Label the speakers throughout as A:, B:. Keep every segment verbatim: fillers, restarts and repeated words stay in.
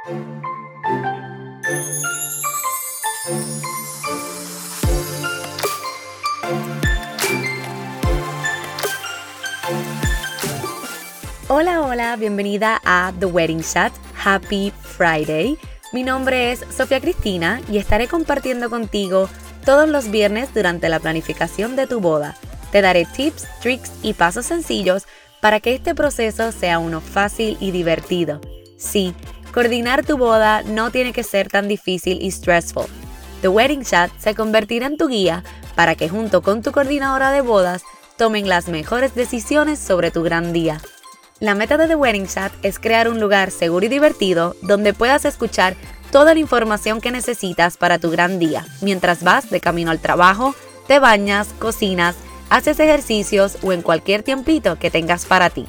A: Hola, hola, bienvenida a The Wedding Chat. Happy Friday. Mi nombre es Sofía Cristina y estaré compartiendo contigo todos los viernes durante la planificación de tu boda. Te daré tips, tricks y pasos sencillos para que este proceso sea uno fácil y divertido. Sí, coordinar tu boda no tiene que ser tan difícil y stressful. The Wedding Chat se convertirá en tu guía para que junto con tu coordinadora de bodas tomen las mejores decisiones sobre tu gran día. La meta de The Wedding Chat es crear un lugar seguro y divertido donde puedas escuchar toda la información que necesitas para tu gran día, mientras vas de camino al trabajo, te bañas, cocinas, haces ejercicios o en cualquier tiempito que tengas para ti.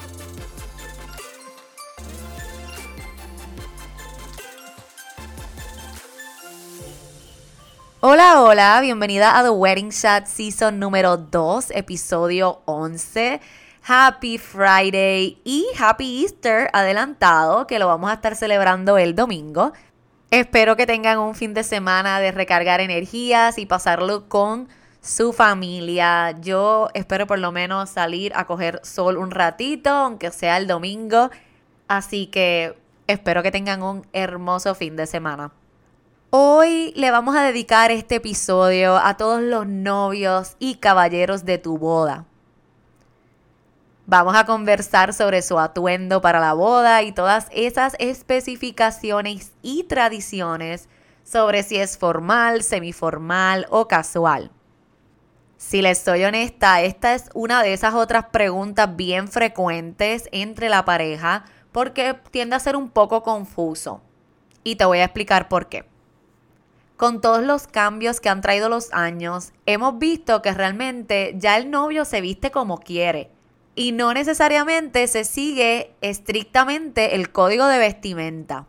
A: Hola, hola, bienvenida a The Wedding Chat Season número dos, episodio once. Happy Friday y Happy Easter adelantado, que lo vamos a estar celebrando el domingo. Espero que tengan un fin de semana de recargar energías y pasarlo con su familia. Yo espero por lo menos salir a coger sol un ratito, aunque sea el domingo. Así que espero que tengan un hermoso fin de semana. Hoy le vamos a dedicar este episodio a todos los novios y caballeros de tu boda. Vamos a conversar sobre su atuendo para la boda y todas esas especificaciones y tradiciones sobre si es formal, semiformal o casual. Si les soy honesta, esta es una de esas otras preguntas bien frecuentes entre la pareja porque tiende a ser un poco confuso. Y te voy a explicar por qué. Con todos los cambios que han traído los años, hemos visto que realmente ya el novio se viste como quiere. Y no necesariamente se sigue estrictamente el código de vestimenta.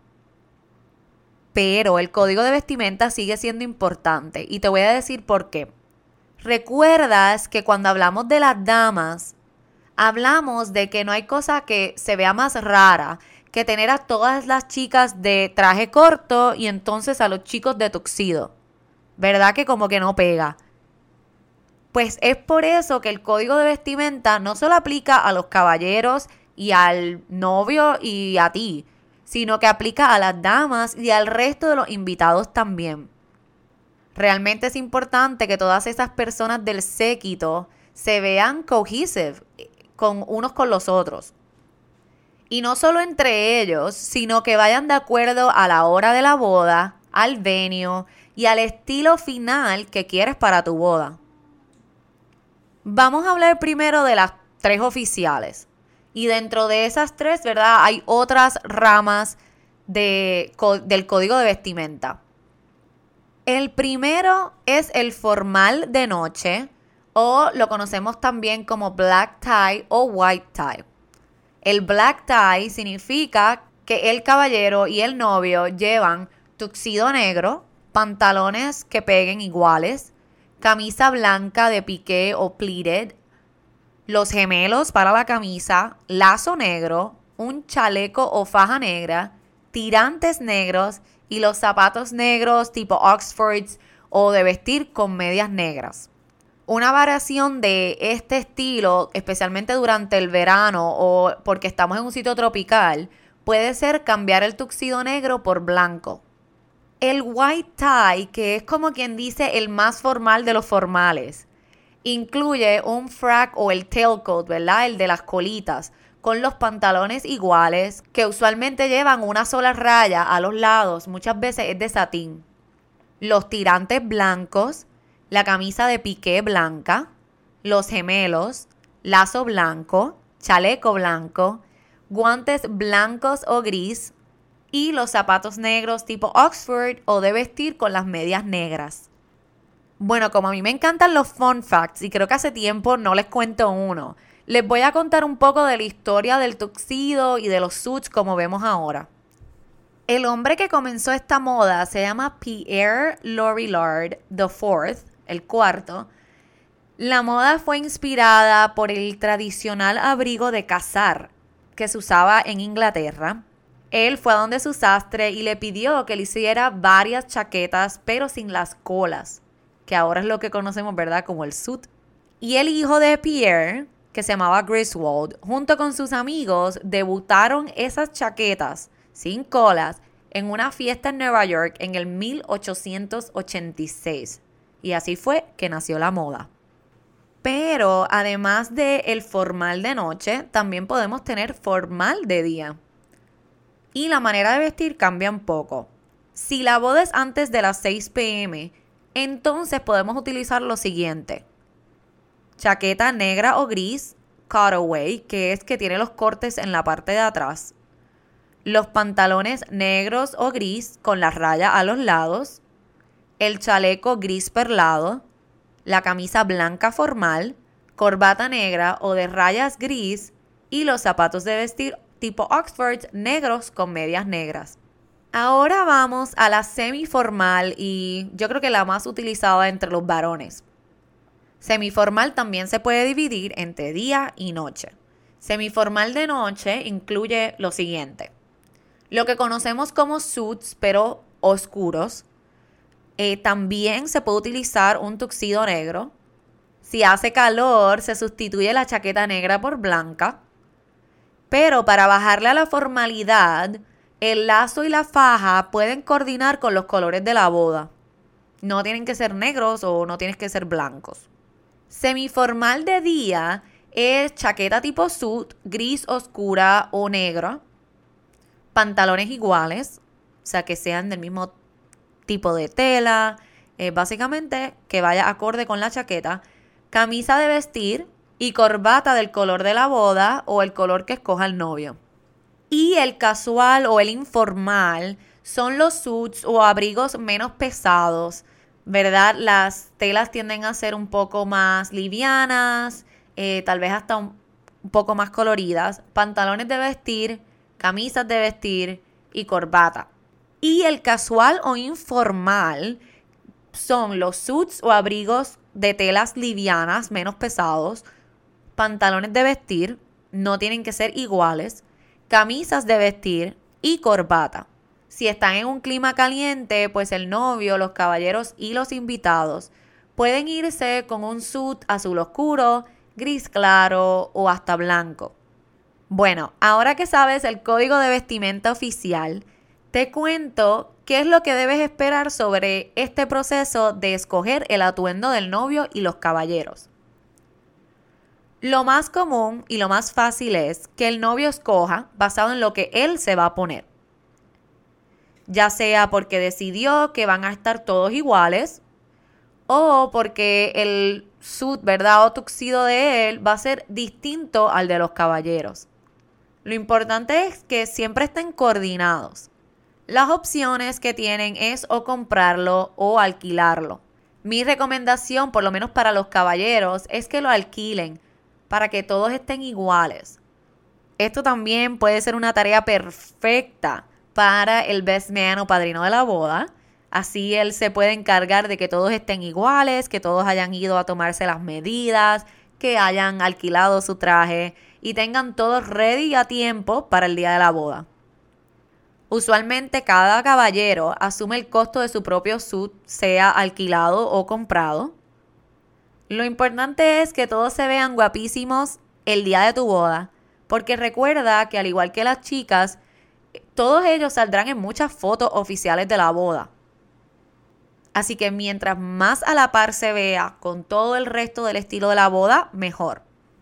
A: Pero el código de vestimenta sigue siendo importante y te voy a decir por qué. Recuerdas que cuando hablamos de las damas, hablamos de que no hay cosa que se vea más rara que tener a todas las chicas de traje corto y entonces a los chicos de tuxedo. ¿Verdad que como que no pega? Pues es por eso que el código de vestimenta no solo aplica a los caballeros y al novio y a ti, sino que aplica a las damas y al resto de los invitados también. Realmente es importante que todas esas personas del séquito se vean cohesive con unos con los otros. Y no solo entre ellos, sino que vayan de acuerdo a la hora de la boda, al venue y al estilo final que quieres para tu boda. Vamos a hablar primero de las tres oficiales. Y dentro de esas tres, ¿verdad? Hay otras ramas de, del código de vestimenta. El primero es el formal de noche, o lo conocemos también como black tie o white tie. El black tie significa que el caballero y el novio llevan tuxedo negro, pantalones que peguen iguales, camisa blanca de piqué o pleated, los gemelos para la camisa, lazo negro, un chaleco o faja negra, tirantes negros y los zapatos negros tipo Oxfords o de vestir con medias negras. Una variación de este estilo, especialmente durante el verano o porque estamos en un sitio tropical, puede ser cambiar el tuxedo negro por blanco. El white tie, que es como quien dice el más formal de los formales, incluye un frac o el tailcoat, ¿verdad? El de las colitas, con los pantalones iguales, que usualmente llevan una sola raya a los lados, muchas veces es de satín. Los tirantes blancos, la camisa de piqué blanca, los gemelos, lazo blanco, chaleco blanco, guantes blancos o gris, y los zapatos negros tipo Oxford o de vestir con las medias negras. Bueno, como a mí me encantan los fun facts y creo que hace tiempo no les cuento uno, les voy a contar un poco de la historia del tuxedo y de los suits como vemos ahora. El hombre que comenzó esta moda se llama Pierre Lorillard the fourth, el cuarto. La moda fue inspirada por el tradicional abrigo de cazar que se usaba en Inglaterra. Él fue a donde su sastre y le pidió que le hiciera varias chaquetas, pero sin las colas, que ahora es lo que conocemos, ¿verdad?, como el suit. Y el hijo de Pierre, que se llamaba Griswold, junto con sus amigos, debutaron esas chaquetas sin colas en una fiesta en Nueva York en el mil ochocientos ochenta y seis. Y así fue que nació la moda. Pero además del formal de noche, también podemos tener formal de día. Y la manera de vestir cambia un poco. Si la boda es antes de las seis pe eme, entonces podemos utilizar lo siguiente. Chaqueta negra o gris, cutaway, que es que tiene los cortes en la parte de atrás. Los pantalones negros o gris con las rayas a los lados. El chaleco gris perlado. La camisa blanca formal, corbata negra o de rayas gris y los zapatos de vestir tipo Oxford negros con medias negras. Ahora vamos a la semiformal y yo creo que la más utilizada entre los varones. Semiformal también se puede dividir entre día y noche. Semiformal de noche incluye lo siguiente. Lo que conocemos como suits, pero oscuros. Eh, también se puede utilizar un tuxedo negro. Si hace calor, se sustituye la chaqueta negra por blanca. Pero para bajarle a la formalidad, el lazo y la faja pueden coordinar con los colores de la boda. No tienen que ser negros o no tienen que ser blancos. Semiformal de día es chaqueta tipo suit, gris oscura o negra. Pantalones iguales, o sea que sean del mismo tipo de tela, eh, básicamente que vaya acorde con la chaqueta. Camisa de vestir y corbata del color de la boda o el color que escoja el novio. Y el casual o el informal son los suits o abrigos menos pesados, ¿verdad? Las telas tienden a ser un poco más livianas, eh, tal vez hasta un, un poco más coloridas. Pantalones de vestir, camisas de vestir y corbata. Y el casual o informal son los suits o abrigos de telas livianas, menos pesados, pantalones de vestir, no tienen que ser iguales, camisas de vestir y corbata. Si están en un clima caliente, pues el novio, los caballeros y los invitados pueden irse con un suit azul oscuro, gris claro o hasta blanco. Bueno, ahora que sabes el código de vestimenta oficial, te cuento qué es lo que debes esperar sobre este proceso de escoger el atuendo del novio y los caballeros. Lo más común y lo más fácil es que el novio escoja basado en lo que él se va a poner. Ya sea porque decidió que van a estar todos iguales o porque el suit, ¿verdad?, o tuxedo de él va a ser distinto al de los caballeros. Lo importante es que siempre estén coordinados. Las opciones que tienen es o comprarlo o alquilarlo. Mi recomendación, por lo menos para los caballeros, es que lo alquilen para que todos estén iguales. Esto también puede ser una tarea perfecta para el best man o padrino de la boda. Así él se puede encargar de que todos estén iguales, que todos hayan ido a tomarse las medidas, que hayan alquilado su traje y tengan todo ready a tiempo para el día de la boda. Usualmente cada caballero asume el costo de su propio suit, sea alquilado o comprado. Lo importante es que todos se vean guapísimos el día de tu boda, porque recuerda que al igual que las chicas, todos ellos saldrán en muchas fotos oficiales de la boda. Así que mientras más a la par se vea con todo el resto del estilo de la boda, mejor.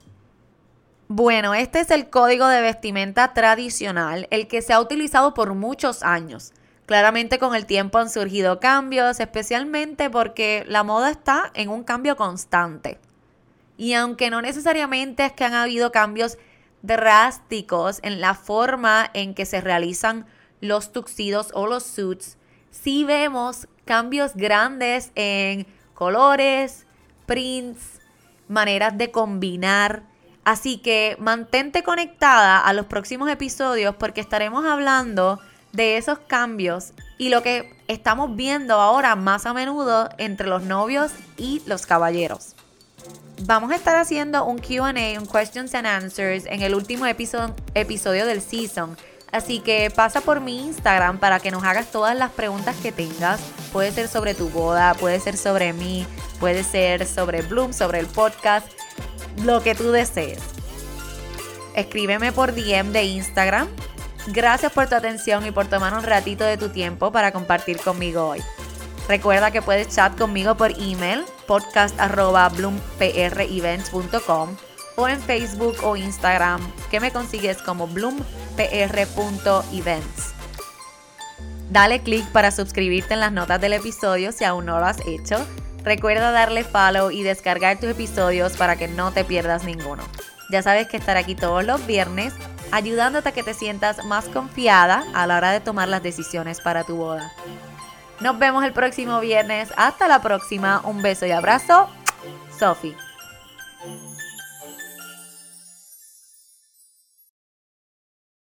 A: Bueno, este es el código de vestimenta tradicional, el que se ha utilizado por muchos años. Claramente con el tiempo han surgido cambios, especialmente porque la moda está en un cambio constante. Y aunque no necesariamente es que han habido cambios drásticos en la forma en que se realizan los tuxedos o los suits, sí vemos cambios grandes en colores, prints, maneras de combinar. Así que mantente conectada a los próximos episodios porque estaremos hablando de esos cambios y lo que estamos viendo ahora más a menudo entre los novios y los caballeros. Vamos a estar haciendo un Q and A, un Questions and Answers, en el último episodio, episodio del season. Así que pasa por mi Instagram para que nos hagas todas las preguntas que tengas. Puede ser sobre tu boda, puede ser sobre mí, puede ser sobre Bloom, sobre el podcast, lo que tú desees. Escríbeme por D M de Instagram. Gracias por tu atención y por tomar un ratito de tu tiempo para compartir conmigo hoy. Recuerda que puedes chat conmigo por email, podcast arroba bloom p r events punto com o en Facebook o Instagram, que me consigues como bloom p r punto events. Dale click para suscribirte en las notas del episodio si aún no lo has hecho. Recuerda darle follow y descargar tus episodios para que no te pierdas ninguno. Ya sabes que estaré aquí todos los viernes ayudándote a que te sientas más confiada a la hora de tomar las decisiones para tu boda. Nos vemos el próximo viernes. Hasta la próxima. Un beso y abrazo. Sofi.